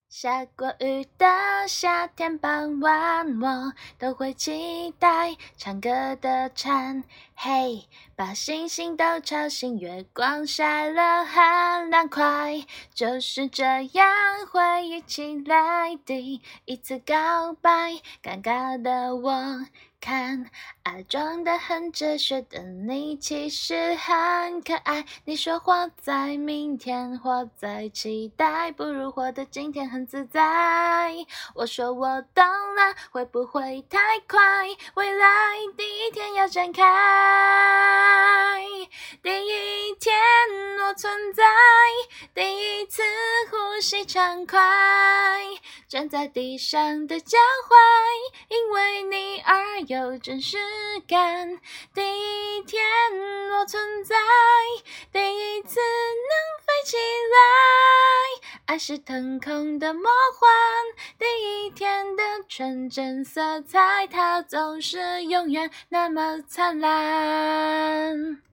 下过雨的夏天傍晚，我都会期待唱歌的蝉，嘿，把星星都吵醒，月光晒了很凉快，就是这样回忆起来第一次告白，尴尬的我看装得很哲学的你其实很可爱，你说活在明天，活在期待，不如活得今天很自在。我说我懂了，会不会太快？未来第一天要展开，第一天我存在，第一次呼吸畅快，站在地上的脚踝，因为你而有真实感。第一天我存在，第一次能飞起来，爱是腾空的魔幻，第一天的纯真色彩，它总是永远那么灿烂。